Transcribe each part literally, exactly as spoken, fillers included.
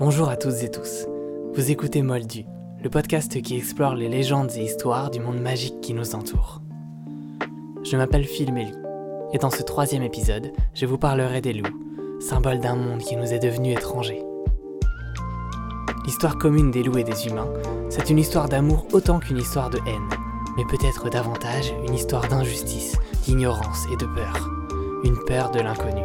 Bonjour à toutes et tous, vous écoutez Moldu, le podcast qui explore les légendes et histoires du monde magique qui nous entoure. Je m'appelle Phil Mélu, et dans ce troisième épisode, je vous parlerai des loups, symbole d'un monde qui nous est devenu étranger. L'histoire commune des loups et des humains, c'est une histoire d'amour autant qu'une histoire de haine, mais peut-être davantage une histoire d'injustice, d'ignorance et de peur, une peur de l'inconnu.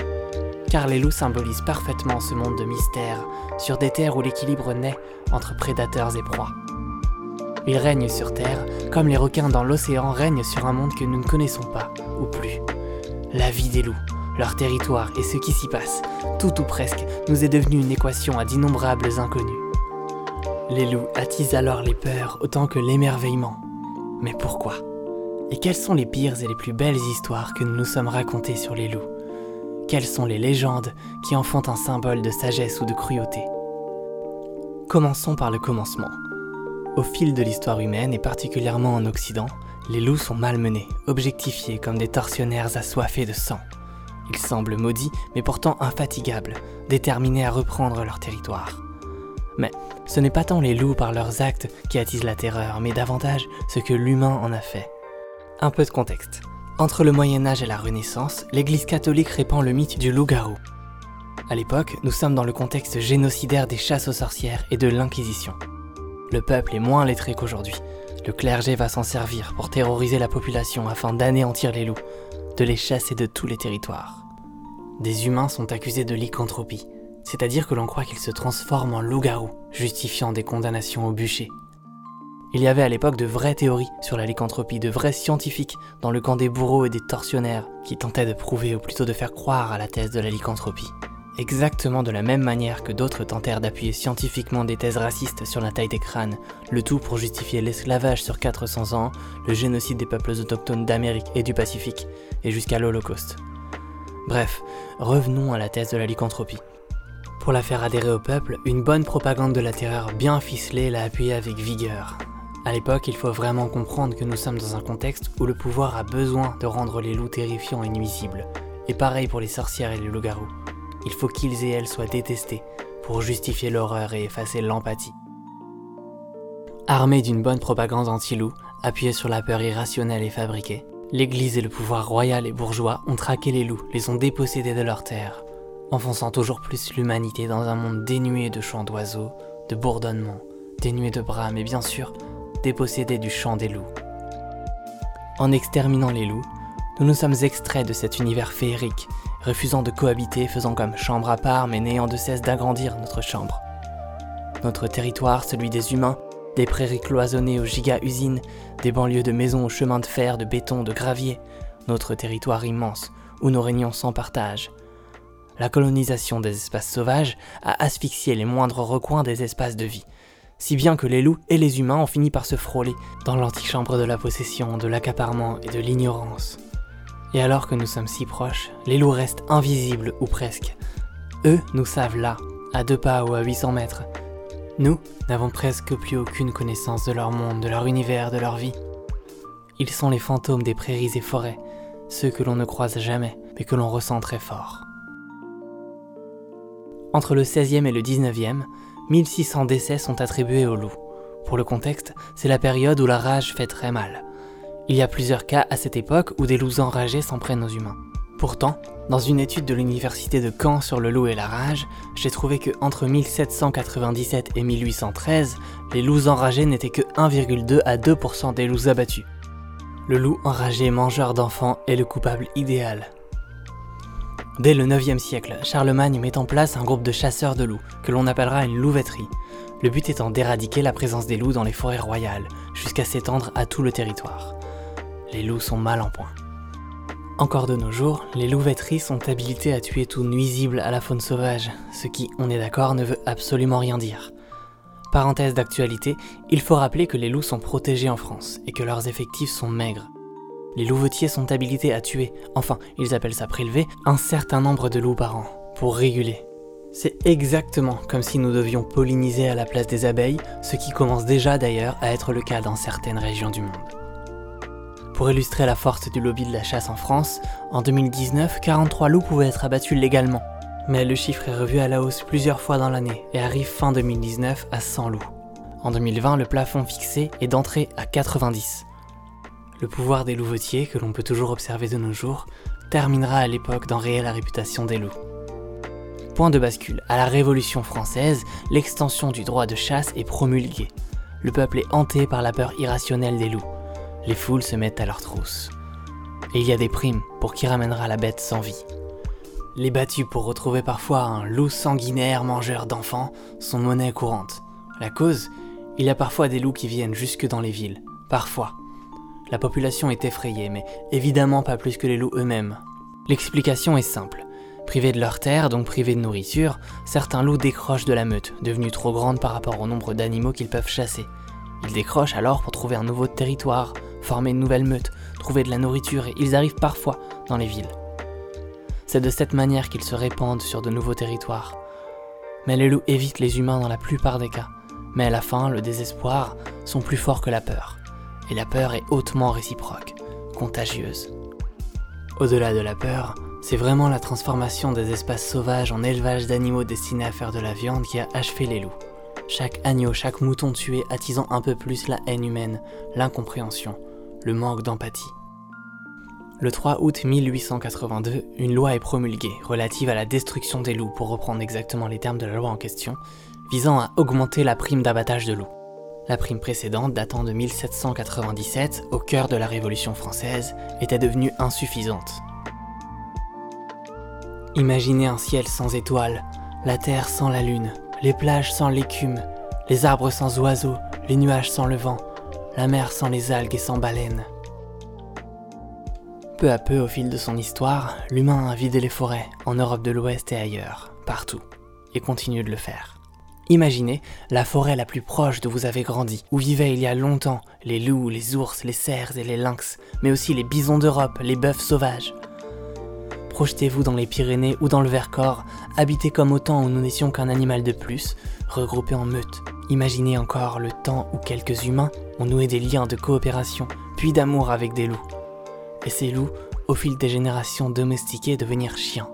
Car les loups symbolisent parfaitement ce monde de mystère, sur des terres où l'équilibre naît entre prédateurs et proies. Ils règnent sur terre, comme les requins dans l'océan règnent sur un monde que nous ne connaissons pas, ou plus. La vie des loups, leur territoire et ce qui s'y passe, tout ou presque, nous est devenu une équation à d'innombrables inconnus. Les loups attisent alors les peurs autant que l'émerveillement. Mais pourquoi ? Et quelles sont les pires et les plus belles histoires que nous nous sommes racontées sur les loups ? Quelles sont les légendes qui en font un symbole de sagesse ou de cruauté ? Commençons par le commencement. Au fil de l'histoire humaine et particulièrement en Occident, les loups sont malmenés, objectifiés comme des tortionnaires assoiffés de sang. Ils semblent maudits mais pourtant infatigables, déterminés à reprendre leur territoire. Mais ce n'est pas tant les loups par leurs actes qui attisent la terreur, mais davantage ce que l'humain en a fait. Un peu de contexte. Entre le Moyen-Âge et la Renaissance, l'Église catholique répand le mythe du loup-garou. À l'époque, nous sommes dans le contexte génocidaire des chasses aux sorcières et de l'Inquisition. Le peuple est moins lettré qu'aujourd'hui. Le clergé va s'en servir pour terroriser la population afin d'anéantir les loups, de les chasser de tous les territoires. Des humains sont accusés de lycanthropie, c'est-à-dire que l'on croit qu'ils se transforment en loup-garou, justifiant des condamnations au bûcher. Il y avait à l'époque de vraies théories sur la lycanthropie, de vrais scientifiques dans le camp des bourreaux et des tortionnaires qui tentaient de prouver ou plutôt de faire croire à la thèse de la lycanthropie. Exactement de la même manière que d'autres tentèrent d'appuyer scientifiquement des thèses racistes sur la taille des crânes, le tout pour justifier l'esclavage sur quatre cents ans, le génocide des peuples autochtones d'Amérique et du Pacifique, et jusqu'à l'Holocauste. Bref, revenons à la thèse de la lycanthropie. Pour la faire adhérer au peuple, une bonne propagande de la terreur bien ficelée l'a appuyée avec vigueur. À l'époque, il faut vraiment comprendre que nous sommes dans un contexte où le pouvoir a besoin de rendre les loups terrifiants et nuisibles. Et pareil pour les sorcières et les loups-garous. Il faut qu'ils et elles soient détestés pour justifier l'horreur et effacer l'empathie. Armés d'une bonne propagande anti-loup, appuyée sur la peur irrationnelle et fabriquée, l'Église et le pouvoir royal et bourgeois ont traqué les loups, les ont dépossédés de leurs terres, enfonçant toujours plus l'humanité dans un monde dénué de chants d'oiseaux, de bourdonnements, dénué de bras, mais bien sûr, dépossédés du chant des loups. En exterminant les loups, nous nous sommes extraits de cet univers féerique, refusant de cohabiter, faisant comme chambre à part, mais n'ayant de cesse d'agrandir notre chambre. Notre territoire, celui des humains, des prairies cloisonnées aux giga-usines, des banlieues de maisons aux chemins de fer, de béton, de gravier, notre territoire immense, où nous régnons sans partage. La colonisation des espaces sauvages a asphyxié les moindres recoins des espaces de vie, si bien que les loups et les humains ont fini par se frôler dans l'antichambre de la possession, de l'accaparement et de l'ignorance. Et alors que nous sommes si proches, les loups restent invisibles ou presque. Eux nous savent là, à deux pas ou à huit cents mètres. Nous n'avons presque plus aucune connaissance de leur monde, de leur univers, de leur vie. Ils sont les fantômes des prairies et forêts, ceux que l'on ne croise jamais, mais que l'on ressent très fort. Entre le seizième et le dix-neuvième, mille six cents décès sont attribués aux loups. Pour le contexte, c'est la période où la rage fait très mal. Il y a plusieurs cas à cette époque où des loups enragés s'en prennent aux humains. Pourtant, dans une étude de l'université de Caen sur le loup et la rage, j'ai trouvé que entre mille sept cent quatre-vingt-dix-sept et mille huit cent treize, les loups enragés n'étaient que un virgule deux à deux pour cent des loups abattus. Le loup enragé mangeur d'enfants est le coupable idéal. Dès le neuvième siècle, Charlemagne met en place un groupe de chasseurs de loups, que l'on appellera une louveterie, le but étant d'éradiquer la présence des loups dans les forêts royales, jusqu'à s'étendre à tout le territoire. Les loups sont mal en point. Encore de nos jours, les louveteries sont habilitées à tuer tout nuisible à la faune sauvage, ce qui, on est d'accord, ne veut absolument rien dire. Parenthèse d'actualité, il faut rappeler que les loups sont protégés en France, et que leurs effectifs sont maigres. Les louvetiers sont habilités à tuer, enfin, ils appellent ça prélever, un certain nombre de loups par an, pour réguler. C'est exactement comme si nous devions polliniser à la place des abeilles, ce qui commence déjà d'ailleurs à être le cas dans certaines régions du monde. Pour illustrer la force du lobby de la chasse en France, en deux mille dix-neuf, quarante-trois loups pouvaient être abattus légalement, Mais le chiffre est revu à la hausse plusieurs fois dans l'année et arrive fin deux mille dix-neuf à cent loups. En deux mille vingt, le plafond fixé est d'entrée à quatre-vingt-dix. Le pouvoir des louvetiers, que l'on peut toujours observer de nos jours, terminera à l'époque d'enrayer la réputation des loups. Point de bascule, à la Révolution française, l'extension du droit de chasse est promulguée. Le peuple est hanté par la peur irrationnelle des loups. Les foules se mettent à leur trousse. Et il y a des primes pour qui ramènera la bête sans vie. Les battues pour retrouver parfois un loup sanguinaire mangeur d'enfants sont monnaie courante. La cause ? Il y a parfois des loups qui viennent jusque dans les villes. Parfois. La population est effrayée, mais évidemment pas plus que les loups eux-mêmes. L'explication est simple. Privés de leur terre, donc privés de nourriture, certains loups décrochent de la meute, devenue trop grande par rapport au nombre d'animaux qu'ils peuvent chasser. Ils décrochent alors pour trouver un nouveau territoire, former une nouvelle meute, trouver de la nourriture et ils arrivent parfois dans les villes. C'est de cette manière qu'ils se répandent sur de nouveaux territoires. Mais les loups évitent les humains dans la plupart des cas. Mais à la fin, le désespoir sont plus forts que la peur. Et la peur est hautement réciproque, contagieuse. Au-delà de la peur, c'est vraiment la transformation des espaces sauvages en élevage d'animaux destinés à faire de la viande qui a achevé les loups. Chaque agneau, chaque mouton tué attisant un peu plus la haine humaine, l'incompréhension, le manque d'empathie. Le trois août mille huit cent quatre-vingt-deux, une loi est promulguée relative à la destruction des loups, pour reprendre exactement les termes de la loi en question, visant à augmenter la prime d'abattage de loups. La prime précédente, datant de mille sept cent quatre-vingt-dix-sept, au cœur de la Révolution française, était devenue insuffisante. Imaginez un ciel sans étoiles, la terre sans la lune, les plages sans l'écume, les arbres sans oiseaux, les nuages sans le vent, la mer sans les algues et sans baleines. Peu à peu, au fil de son histoire, l'humain a vidé les forêts, en Europe de l'Ouest et ailleurs, partout, et continue de le faire. Imaginez la forêt la plus proche d'où vous avez grandi, où vivaient il y a longtemps les loups, les ours, les cerfs et les lynx, mais aussi les bisons d'Europe, les bœufs sauvages. Projetez-vous dans les Pyrénées ou dans le Vercors, habités comme au temps où nous n'étions qu'un animal de plus, regroupés en meute. Imaginez encore le temps où quelques humains ont noué des liens de coopération, puis d'amour avec des loups. Et ces loups, au fil des générations domestiqués, devenir chiens.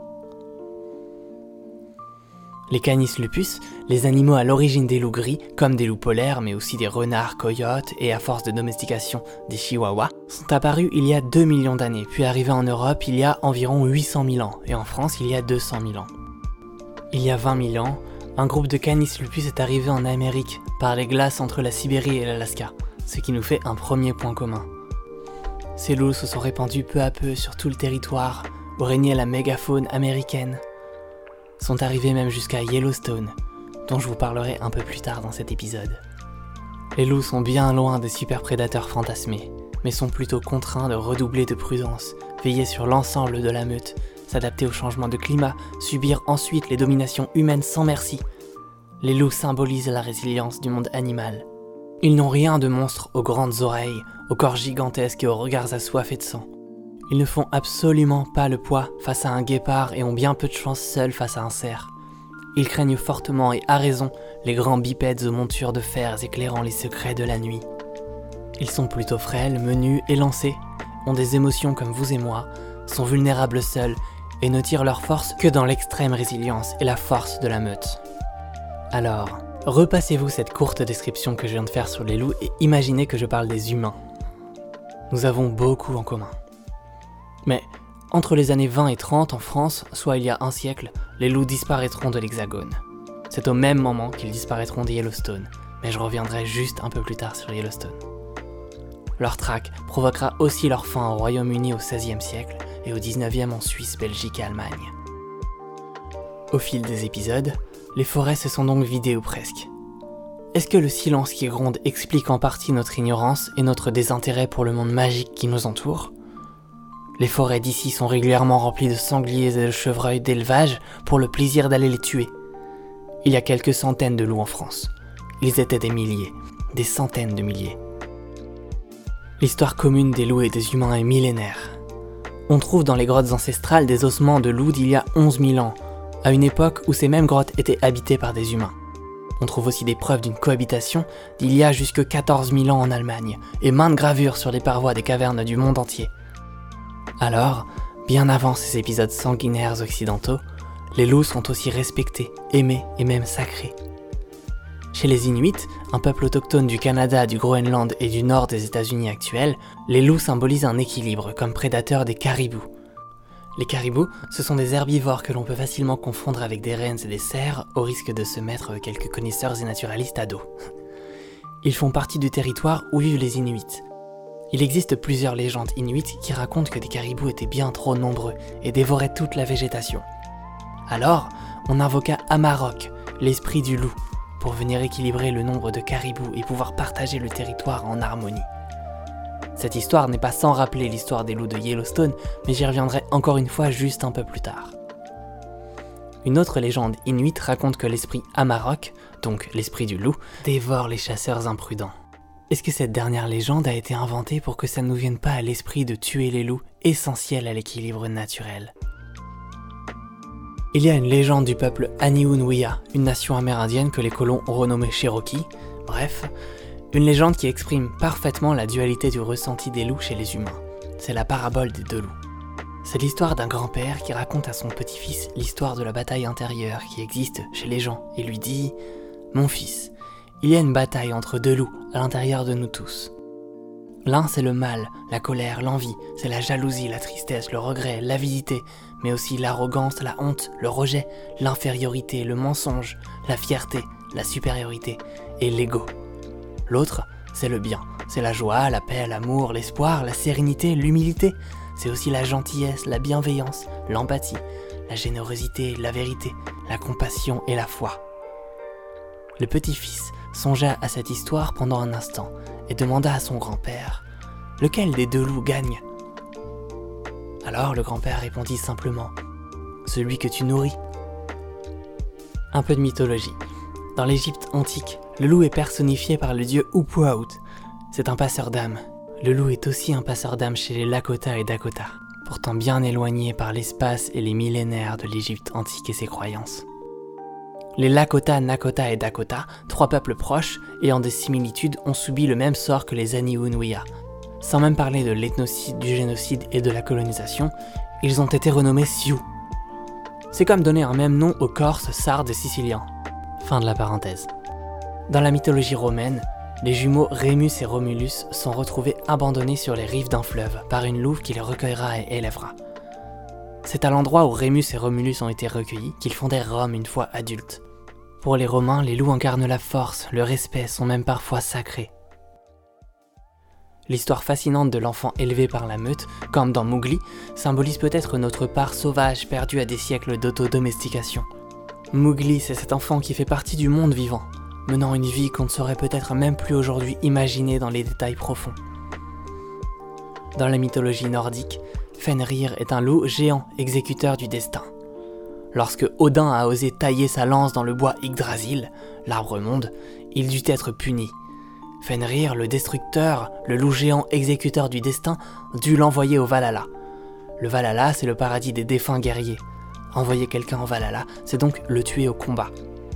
Les Canis lupus, les animaux à l'origine des loups gris, comme des loups polaires, mais aussi des renards, coyotes et à force de domestication, des chihuahuas, sont apparus il y a deux millions d'années, puis arrivés en Europe il y a environ huit cent mille ans, et en France il y a deux cent mille ans. Il y a vingt mille ans, un groupe de Canis lupus est arrivé en Amérique, par les glaces entre la Sibérie et l'Alaska, ce qui nous fait un premier point commun. Ces loups se sont répandus peu à peu sur tout le territoire, où régnait la mégafaune américaine. Sont arrivés même jusqu'à Yellowstone, dont je vous parlerai un peu plus tard dans cet épisode. Les loups sont bien loin des super prédateurs fantasmés, mais sont plutôt contraints de redoubler de prudence, veiller sur l'ensemble de la meute, s'adapter au changement de climat, subir ensuite les dominations humaines sans merci. Les loups symbolisent la résilience du monde animal. Ils n'ont rien de monstre aux grandes oreilles, aux corps gigantesques et aux regards assoiffés de sang. Ils ne font absolument pas le poids face à un guépard et ont bien peu de chance seuls face à un cerf. Ils craignent fortement et à raison les grands bipèdes aux montures de fer éclairant les secrets de la nuit. Ils sont plutôt frêles, menus, élancés, ont des émotions comme vous et moi, sont vulnérables seuls et ne tirent leur force que dans l'extrême résilience et la force de la meute. Alors, repassez-vous cette courte description que je viens de faire sur les loups et imaginez que je parle des humains. Nous avons beaucoup en commun. Mais entre les années vingt et trente en France, soit il y a un siècle, les loups disparaîtront de l'Hexagone. C'est au même moment qu'ils disparaîtront de Yellowstone, mais je reviendrai juste un peu plus tard sur Yellowstone. Leur traque provoquera aussi leur fin au Royaume-Uni au seizième siècle et au dix-neuvième en Suisse, Belgique et Allemagne. Au fil des épisodes, les forêts se sont donc vidées ou presque. Est-ce que le silence qui gronde explique en partie notre ignorance et notre désintérêt pour le monde magique qui nous entoure ? Les forêts d'ici sont régulièrement remplies de sangliers et de chevreuils d'élevage pour le plaisir d'aller les tuer. Il y a quelques centaines de loups en France. Ils étaient des milliers, des centaines de milliers. L'histoire commune des loups et des humains est millénaire. On trouve dans les grottes ancestrales des ossements de loups d'il y a onze mille ans, à une époque où ces mêmes grottes étaient habitées par des humains. On trouve aussi des preuves d'une cohabitation d'il y a jusque quatorze mille ans en Allemagne, et maintes gravures sur les parois des cavernes du monde entier. Alors, bien avant ces épisodes sanguinaires occidentaux, Les loups sont aussi respectés, aimés et même sacrés. Chez les Inuits, un peuple autochtone du Canada, du Groenland et du nord des États-Unis actuels, les loups symbolisent un équilibre comme prédateurs des caribous. Les caribous, ce sont des herbivores que l'on peut facilement confondre avec des rennes et des cerfs, au risque de se mettre quelques connaisseurs et naturalistes à dos. Ils font partie du territoire où vivent les Inuits. Il existe plusieurs légendes inuites qui racontent que des caribous étaient bien trop nombreux et dévoraient toute la végétation. Alors, on invoqua Amarok, l'esprit du loup, pour venir équilibrer le nombre de caribous et pouvoir partager le territoire en harmonie. Cette histoire n'est pas sans rappeler l'histoire des loups de Yellowstone, mais j'y reviendrai encore une fois juste un peu plus tard. Une autre légende inuite raconte que l'esprit Amarok, donc l'esprit du loup, dévore les chasseurs imprudents. Est-ce que cette dernière légende a été inventée pour que ça ne nous vienne pas à l'esprit de tuer les loups, essentiels à l'équilibre naturel ? Il y a une légende du peuple Aniunuia, une nation amérindienne que les colons ont renommée Cherokee, bref, une légende qui exprime parfaitement la dualité du ressenti des loups chez les humains. C'est la parabole des deux loups. C'est l'histoire d'un grand-père qui raconte à son petit-fils l'histoire de la bataille intérieure qui existe chez les gens et lui dit « Mon fils, il y a une bataille entre deux loups à l'intérieur de nous tous. L'un c'est le mal, la colère, l'envie, c'est la jalousie, la tristesse, le regret, l'avidité, mais aussi l'arrogance, la honte, le rejet, l'infériorité, le mensonge, la fierté, la supériorité et l'ego. L'autre, c'est le bien, c'est la joie, la paix, l'amour, l'espoir, la sérénité, l'humilité, c'est aussi la gentillesse, la bienveillance, l'empathie, la générosité, la vérité, la compassion et la foi. » Le petit-fils songea à cette histoire pendant un instant et demanda à son grand-père « Lequel des deux loups gagne ?» Alors le grand-père répondit simplement « Celui que tu nourris. » Un peu de mythologie. Dans l'Égypte antique, le loup est personnifié par le dieu Upuaut. C'est un passeur d'âmes. Le loup est aussi un passeur d'âmes chez les Lakota et Dakota, pourtant bien éloignés par l'espace et les millénaires de l'Égypte antique et ses croyances. Les Lakota, Nakota et Dakota, trois peuples proches ayant des similitudes, ont subi le même sort que les Aniunuia. Sans même parler de l'ethnocide, du génocide et de la colonisation, ils ont été renommés Sioux. C'est comme donner un même nom aux Corses, Sardes et Siciliens. Fin de la parenthèse. Dans la mythologie romaine, les jumeaux Rémus et Romulus sont retrouvés abandonnés sur les rives d'un fleuve par une louve qui les recueillera et élèvera. C'est à l'endroit où Rémus et Romulus ont été recueillis qu'ils fondèrent Rome une fois adultes. Pour les Romains, les loups incarnent la force, le respect, sont même parfois sacrés. L'histoire fascinante de l'enfant élevé par la meute, comme dans Mowgli, symbolise peut-être notre part sauvage perdue à des siècles d'autodomestication. Mowgli, c'est cet enfant qui fait partie du monde vivant, menant une vie qu'on ne saurait peut-être même plus aujourd'hui imaginer dans les détails profonds. Dans la mythologie nordique, Fenrir est un loup géant exécuteur du destin. Lorsque Odin a osé tailler sa lance dans le bois Yggdrasil, l'arbre-monde, il dut être puni. Fenrir, le destructeur, le loup géant exécuteur du destin, dut l'envoyer au Valhalla. Le Valhalla, c'est le paradis des défunts guerriers. Envoyer quelqu'un au Valhalla, c'est donc le tuer au combat.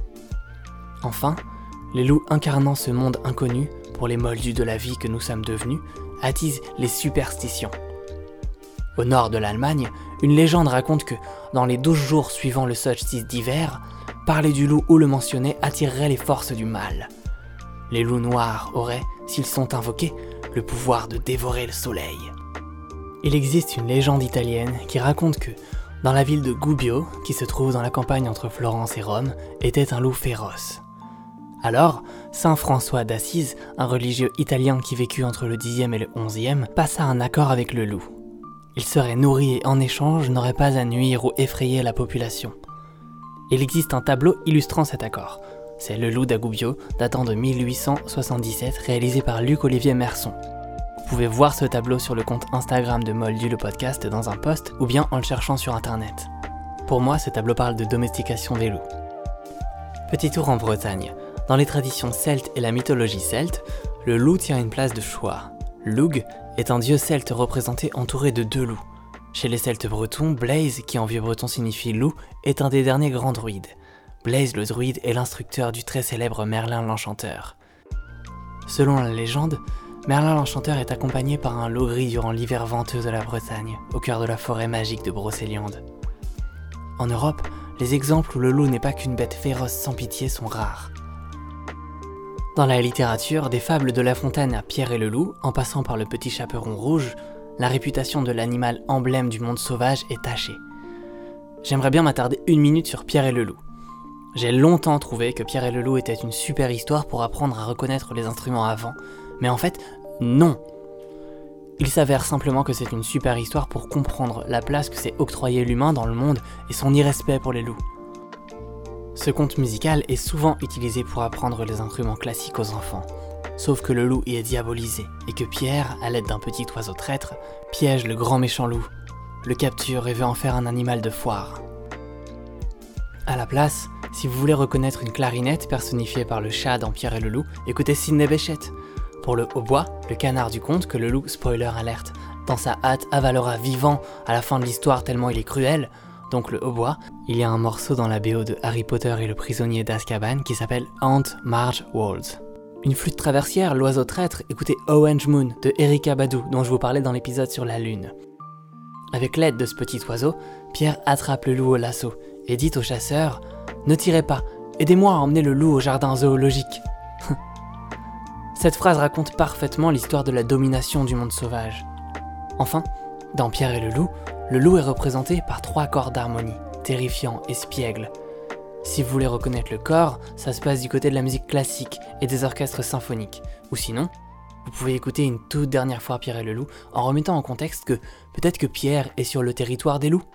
Enfin, les loups incarnant ce monde inconnu, pour les moldus de la vie que nous sommes devenus, attisent les superstitions. Au nord de l'Allemagne, une légende raconte que, dans les douze jours suivant le solstice d'hiver, parler du loup ou le mentionner attirerait les forces du mal. Les loups noirs auraient, s'ils sont invoqués, le pouvoir de dévorer le soleil. Il existe une légende italienne qui raconte que, dans la ville de Gubbio, qui se trouve dans la campagne entre Florence et Rome, était un loup féroce. Alors, saint François d'Assise, un religieux italien qui vécut entre le dixième et le onzième, passa un accord avec le loup. Il serait nourri et en échange n'aurait pas à nuire ou effrayer la population. Il existe un tableau illustrant cet accord. C'est Le Loup d'Agubbio, datant de mille huit cent soixante-dix-sept, réalisé par Luc-Olivier Merson. Vous pouvez voir ce tableau sur le compte Instagram de Moldu le podcast dans un post ou bien en le cherchant sur internet. Pour moi, ce tableau parle de domestication des loups. Petit tour en Bretagne. Dans les traditions celtes et la mythologie celte, le loup tient une place de choix. Lugh est un dieu celte représenté entouré de deux loups. Chez les Celtes bretons, Blaise, qui en vieux breton signifie loup, est un des derniers grands druides. Blaise le druide est l'instructeur du très célèbre Merlin l'Enchanteur. Selon la légende, Merlin l'Enchanteur est accompagné par un loup gris durant l'hiver venteux de la Bretagne, au cœur de la forêt magique de Brocéliande. En Europe, les exemples où le loup n'est pas qu'une bête féroce sans pitié sont rares. Dans la littérature, des fables de La Fontaine à Pierre et le loup, en passant par le petit chaperon rouge, la réputation de l'animal emblème du monde sauvage est tachée. J'aimerais bien m'attarder une minute sur Pierre et le loup. J'ai longtemps trouvé que Pierre et le loup était une super histoire pour apprendre à reconnaître les instruments avant, mais en fait, non. Il s'avère simplement que c'est une super histoire pour comprendre la place que s'est octroyée l'humain dans le monde et son irrespect pour les loups. Ce conte musical est souvent utilisé pour apprendre les instruments classiques aux enfants, sauf que le loup y est diabolisé et que Pierre, à l'aide d'un petit oiseau traître, piège le grand méchant loup, le capture et veut en faire un animal de foire. À la place, si vous voulez reconnaître une clarinette personnifiée par le chat dans Pierre et le loup, écoutez Sidney Bechet. Pour le hautbois, le canard du conte que le loup, spoiler alerte, dans sa hâte avalera vivant à la fin de l'histoire tellement il est cruel, donc le hautbois, il y a un morceau dans la B O de Harry Potter et le prisonnier d'Azkaban qui s'appelle Aunt Marge Walls. Une flûte traversière, l'oiseau traître, écoutez Orange Moon de Erykah Badu dont je vous parlais dans l'épisode sur la lune. Avec l'aide de ce petit oiseau, Pierre attrape le loup au lasso et dit au chasseur « Ne tirez pas, aidez-moi à emmener le loup au jardin zoologique ». Cette phrase raconte parfaitement l'histoire de la domination du monde sauvage. Enfin, dans Pierre et le loup, le loup est représenté par trois corps d'harmonie, terrifiant, espiègle. Si vous voulez reconnaître le corps, ça se passe du côté de la musique classique et des orchestres symphoniques. Ou sinon, vous pouvez écouter une toute dernière fois Pierre et le loup en remettant en contexte que peut-être que Pierre est sur le territoire des loups.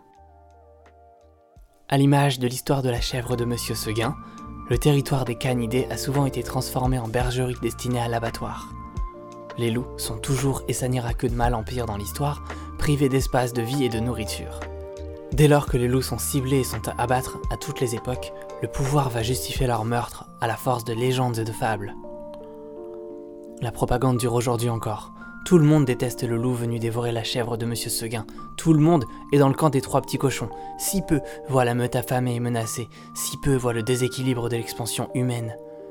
À l'image de l'histoire de la chèvre de Monsieur Seguin, le territoire des canidés a souvent été transformé en bergerie destinée à l'abattoir. Les loups sont toujours, et ça n'ira que de mal en pire dans l'histoire, privés d'espace de vie et de nourriture. Dès lors que les loups sont ciblés et sont à abattre à toutes les époques, le pouvoir va justifier leur meurtre à la force de légendes et de fables. La propagande dure aujourd'hui encore. Tout le monde déteste le loup venu dévorer la chèvre de Monsieur Seguin. Tout le monde est dans le camp des trois petits cochons. Si peu voient la meute affamée et menacée, si peu voient le déséquilibre de l'expansion humaine.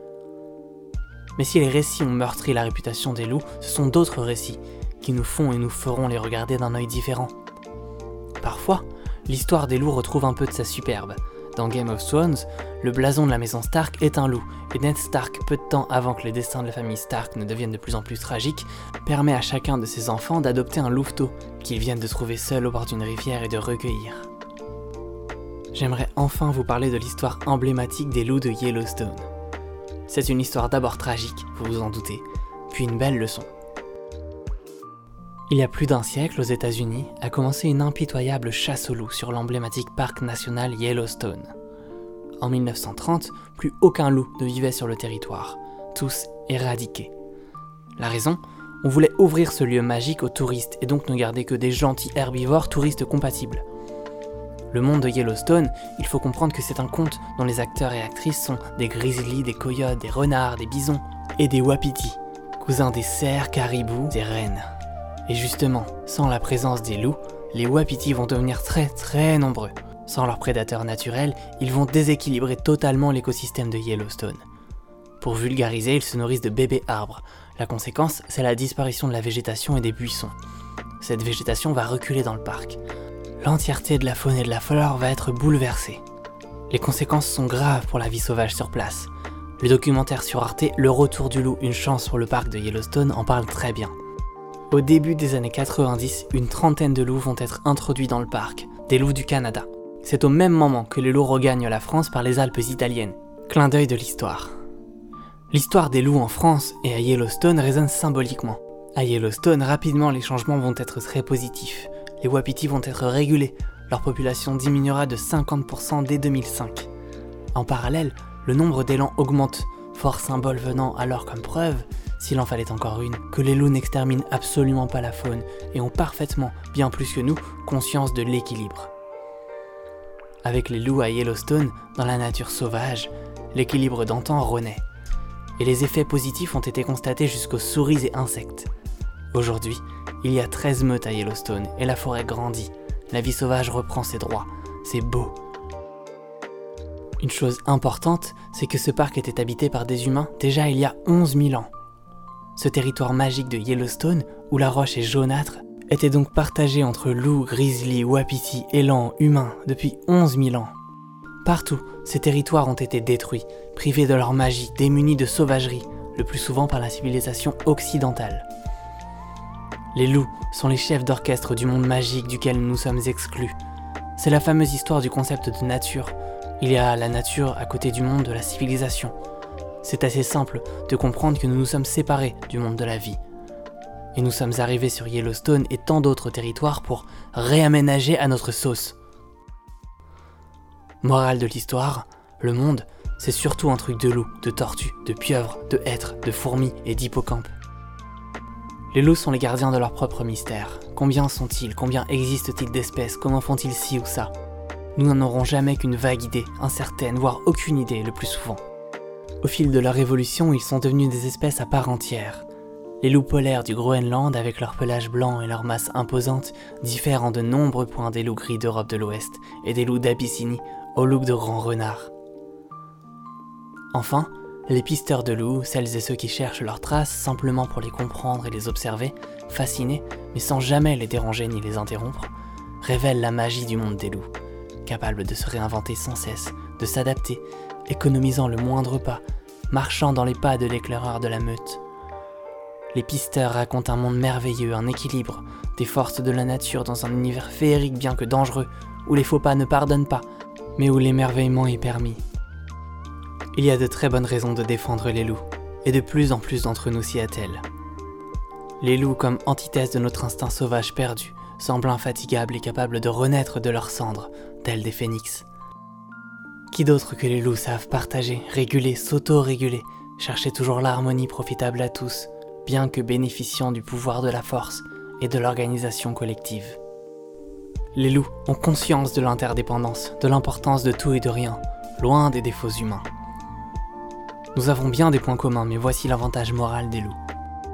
Mais si les récits ont meurtri la réputation des loups, ce sont d'autres récits qui nous font et nous feront les regarder d'un œil différent. Parfois, l'histoire des loups retrouve un peu de sa superbe. Dans Game of Thrones, le blason de la maison Stark est un loup, et Ned Stark, peu de temps avant que les destins de la famille Stark ne deviennent de plus en plus tragiques, permet à chacun de ses enfants d'adopter un louveteau, qu'ils viennent de trouver seul au bord d'une rivière et de recueillir. J'aimerais enfin vous parler de l'histoire emblématique des loups de Yellowstone. C'est une histoire d'abord tragique, vous vous en doutez, puis une belle leçon. Il y a plus d'un siècle, aux États-Unis, a commencé une impitoyable chasse aux loups sur l'emblématique parc national Yellowstone. En mille neuf cent trente, plus aucun loup ne vivait sur le territoire, tous éradiqués. La raison ? On voulait ouvrir ce lieu magique aux touristes et donc ne garder que des gentils herbivores touristes compatibles. Le monde de Yellowstone, il faut comprendre que c'est un conte dont les acteurs et actrices sont des grizzlies, des coyotes, des renards, des bisons et des wapitis, cousins des cerfs, caribous, des rennes. Et justement, sans la présence des loups, les wapitis vont devenir très très nombreux. Sans leurs prédateurs naturels, ils vont déséquilibrer totalement l'écosystème de Yellowstone. Pour vulgariser, ils se nourrissent de bébés arbres. La conséquence, c'est la disparition de la végétation et des buissons. Cette végétation va reculer dans le parc. L'entièreté de la faune et de la flore va être bouleversée. Les conséquences sont graves pour la vie sauvage sur place. Le documentaire sur Arte, Le Retour du loup, une chance pour le parc de Yellowstone, en parle très bien. Au début des années quatre-vingt-dix, une trentaine de loups vont être introduits dans le parc, des loups du Canada. C'est au même moment que les loups regagnent la France par les Alpes italiennes. Clin d'œil de l'histoire. L'histoire des loups en France et à Yellowstone résonne symboliquement. À Yellowstone, rapidement les changements vont être très positifs. Les wapitis vont être régulés, leur population diminuera de cinquante pour cent dès deux mille cinq. En parallèle, le nombre d'élans augmente, fort symbole venant alors comme preuve, s'il en fallait encore une, que les loups n'exterminent absolument pas la faune et ont parfaitement, bien plus que nous, conscience de l'équilibre. Avec les loups à Yellowstone, dans la nature sauvage, l'équilibre d'antan renaît. Et les effets positifs ont été constatés jusqu'aux souris et insectes. Aujourd'hui, il y a treize meutes à Yellowstone et la forêt grandit. La vie sauvage reprend ses droits. C'est beau. Une chose importante, c'est que ce parc était habité par des humains déjà il y a onze mille ans. Ce territoire magique de Yellowstone, où la roche est jaunâtre, était donc partagé entre loups, grizzlies, wapitis, élans, humains depuis onze mille ans. Partout, ces territoires ont été détruits, privés de leur magie, démunis de sauvagerie, le plus souvent par la civilisation occidentale. Les loups sont les chefs d'orchestre du monde magique duquel nous sommes exclus. C'est la fameuse histoire du concept de nature. Il y a la nature à côté du monde de la civilisation. C'est assez simple de comprendre que nous nous sommes séparés du monde de la vie. Et nous sommes arrivés sur Yellowstone et tant d'autres territoires pour réaménager à notre sauce. Morale de l'histoire, le monde, c'est surtout un truc de loups, de tortues, de pieuvres, de hêtres, de fourmis et d'hippocampes. Les loups sont les gardiens de leur propre mystère. Combien sont-ils? Combien existe-t-il d'espèces? Comment font-ils ci ou ça? Nous n'en aurons jamais qu'une vague idée, incertaine, voire aucune idée le plus souvent. Au fil de leur évolution, ils sont devenus des espèces à part entière. Les loups polaires du Groenland, avec leur pelage blanc et leur masse imposante, diffèrent en de nombreux points des loups gris d'Europe de l'Ouest et des loups d'Abyssinie au look de grands renards. Enfin, les pisteurs de loups, celles et ceux qui cherchent leurs traces simplement pour les comprendre et les observer, fascinés, mais sans jamais les déranger ni les interrompre, révèlent la magie du monde des loups, capables de se réinventer sans cesse, de s'adapter, économisant le moindre pas, marchant dans les pas de l'éclaireur de la meute. Les pisteurs racontent un monde merveilleux, un équilibre, des forces de la nature dans un univers féerique bien que dangereux, où les faux pas ne pardonnent pas, mais où l'émerveillement est permis. Il y a de très bonnes raisons de défendre les loups, et de plus en plus d'entre nous s'y attellent. Les loups, comme antithèse de notre instinct sauvage perdu, semblent infatigables et capables de renaître de leurs cendres, tels des phénix. Qui d'autre que les loups savent partager, réguler, s'auto-réguler, chercher toujours l'harmonie profitable à tous, bien que bénéficiant du pouvoir de la force et de l'organisation collective. Les loups ont conscience de l'interdépendance, de l'importance de tout et de rien, loin des défauts humains. Nous avons bien des points communs, mais voici l'avantage moral des loups.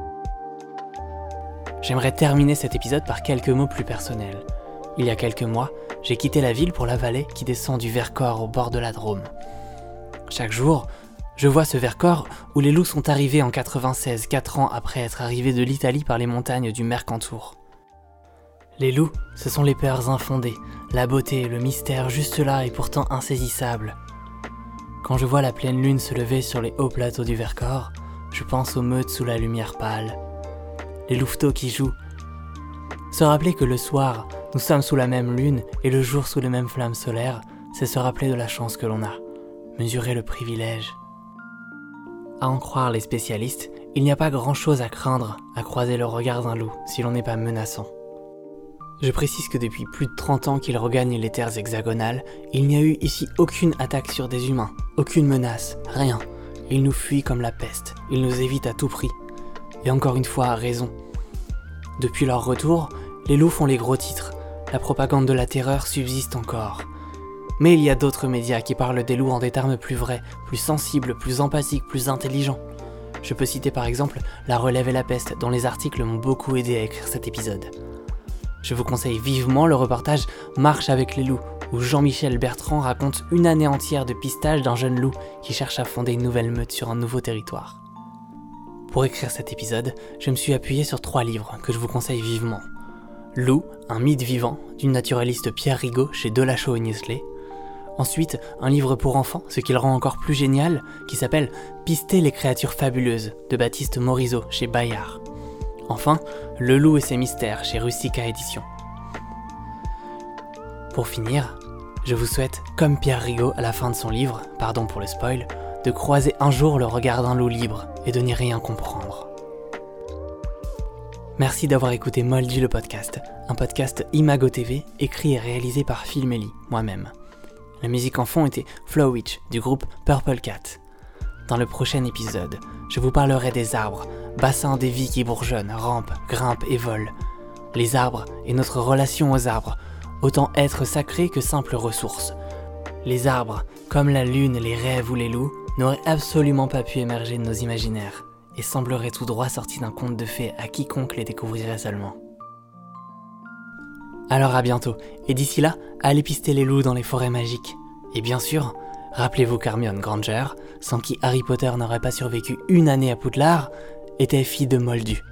J'aimerais terminer cet épisode par quelques mots plus personnels. Il y a quelques mois, j'ai quitté la ville pour la vallée qui descend du Vercors au bord de la Drôme. Chaque jour, je vois ce Vercors où les loups sont arrivés en quatre-vingt-seize, quatre ans après être arrivés de l'Italie par les montagnes du Mercantour. Les loups, ce sont les peurs infondées, la beauté, le mystère juste là et pourtant insaisissable. Quand je vois la pleine lune se lever sur les hauts plateaux du Vercors, je pense aux meutes sous la lumière pâle, les louveteaux qui jouent. Se rappeler que le soir, nous sommes sous la même lune et le jour sous les mêmes flammes solaires, c'est se rappeler de la chance que l'on a, mesurer le privilège. À en croire les spécialistes, il n'y a pas grand-chose à craindre à croiser le regard d'un loup si l'on n'est pas menaçant. Je précise que depuis plus de trente ans qu'il regagne les terres hexagonales, il n'y a eu ici aucune attaque sur des humains, aucune menace, rien. Il nous fuit comme la peste, il nous évite à tout prix. Et encore une fois à raison. Depuis leur retour, les loups font les gros titres, la propagande de la terreur subsiste encore. Mais il y a d'autres médias qui parlent des loups en des termes plus vrais, plus sensibles, plus empathiques, plus intelligents. Je peux citer par exemple La Relève et la Peste, dont les articles m'ont beaucoup aidé à écrire cet épisode. Je vous conseille vivement le reportage Marche avec les loups, où Jean-Michel Bertrand raconte une année entière de pistage d'un jeune loup qui cherche à fonder une nouvelle meute sur un nouveau territoire. Pour écrire cet épisode, je me suis appuyé sur trois livres que je vous conseille vivement. Loup, un mythe vivant, du naturaliste Pierre Rigaud chez Delachaux et Niesley. Ensuite, un livre pour enfants, ce qui le rend encore plus génial, qui s'appelle Pister les créatures fabuleuses, de Baptiste Morisot chez Bayard. Enfin, Le loup et ses mystères chez Rustica Éditions. Pour finir, je vous souhaite, comme Pierre Rigaud à la fin de son livre, pardon pour le spoil, de croiser un jour le regard d'un loup libre et de n'y rien comprendre. Merci d'avoir écouté Moldu le podcast, un podcast Imago T V écrit et réalisé par Phil Melly, moi-même. La musique en fond était Flowwitch du groupe Purple Cat. Dans le prochain épisode, je vous parlerai des arbres, bassins des vies qui bourgeonnent, rampent, grimpent et volent. Les arbres et notre relation aux arbres, autant êtres sacrés que simples ressources. Les arbres, comme la lune, les rêves ou les loups, n'auraient absolument pas pu émerger de nos imaginaires et sembleraient tout droit sortis d'un conte de fées à quiconque les découvrirait seulement. Alors à bientôt, et d'ici là, allez pister les loups dans les forêts magiques. Et bien sûr, rappelez-vous qu'Hermione Granger, sans qui Harry Potter n'aurait pas survécu une année à Poudlard, était fille de Moldu.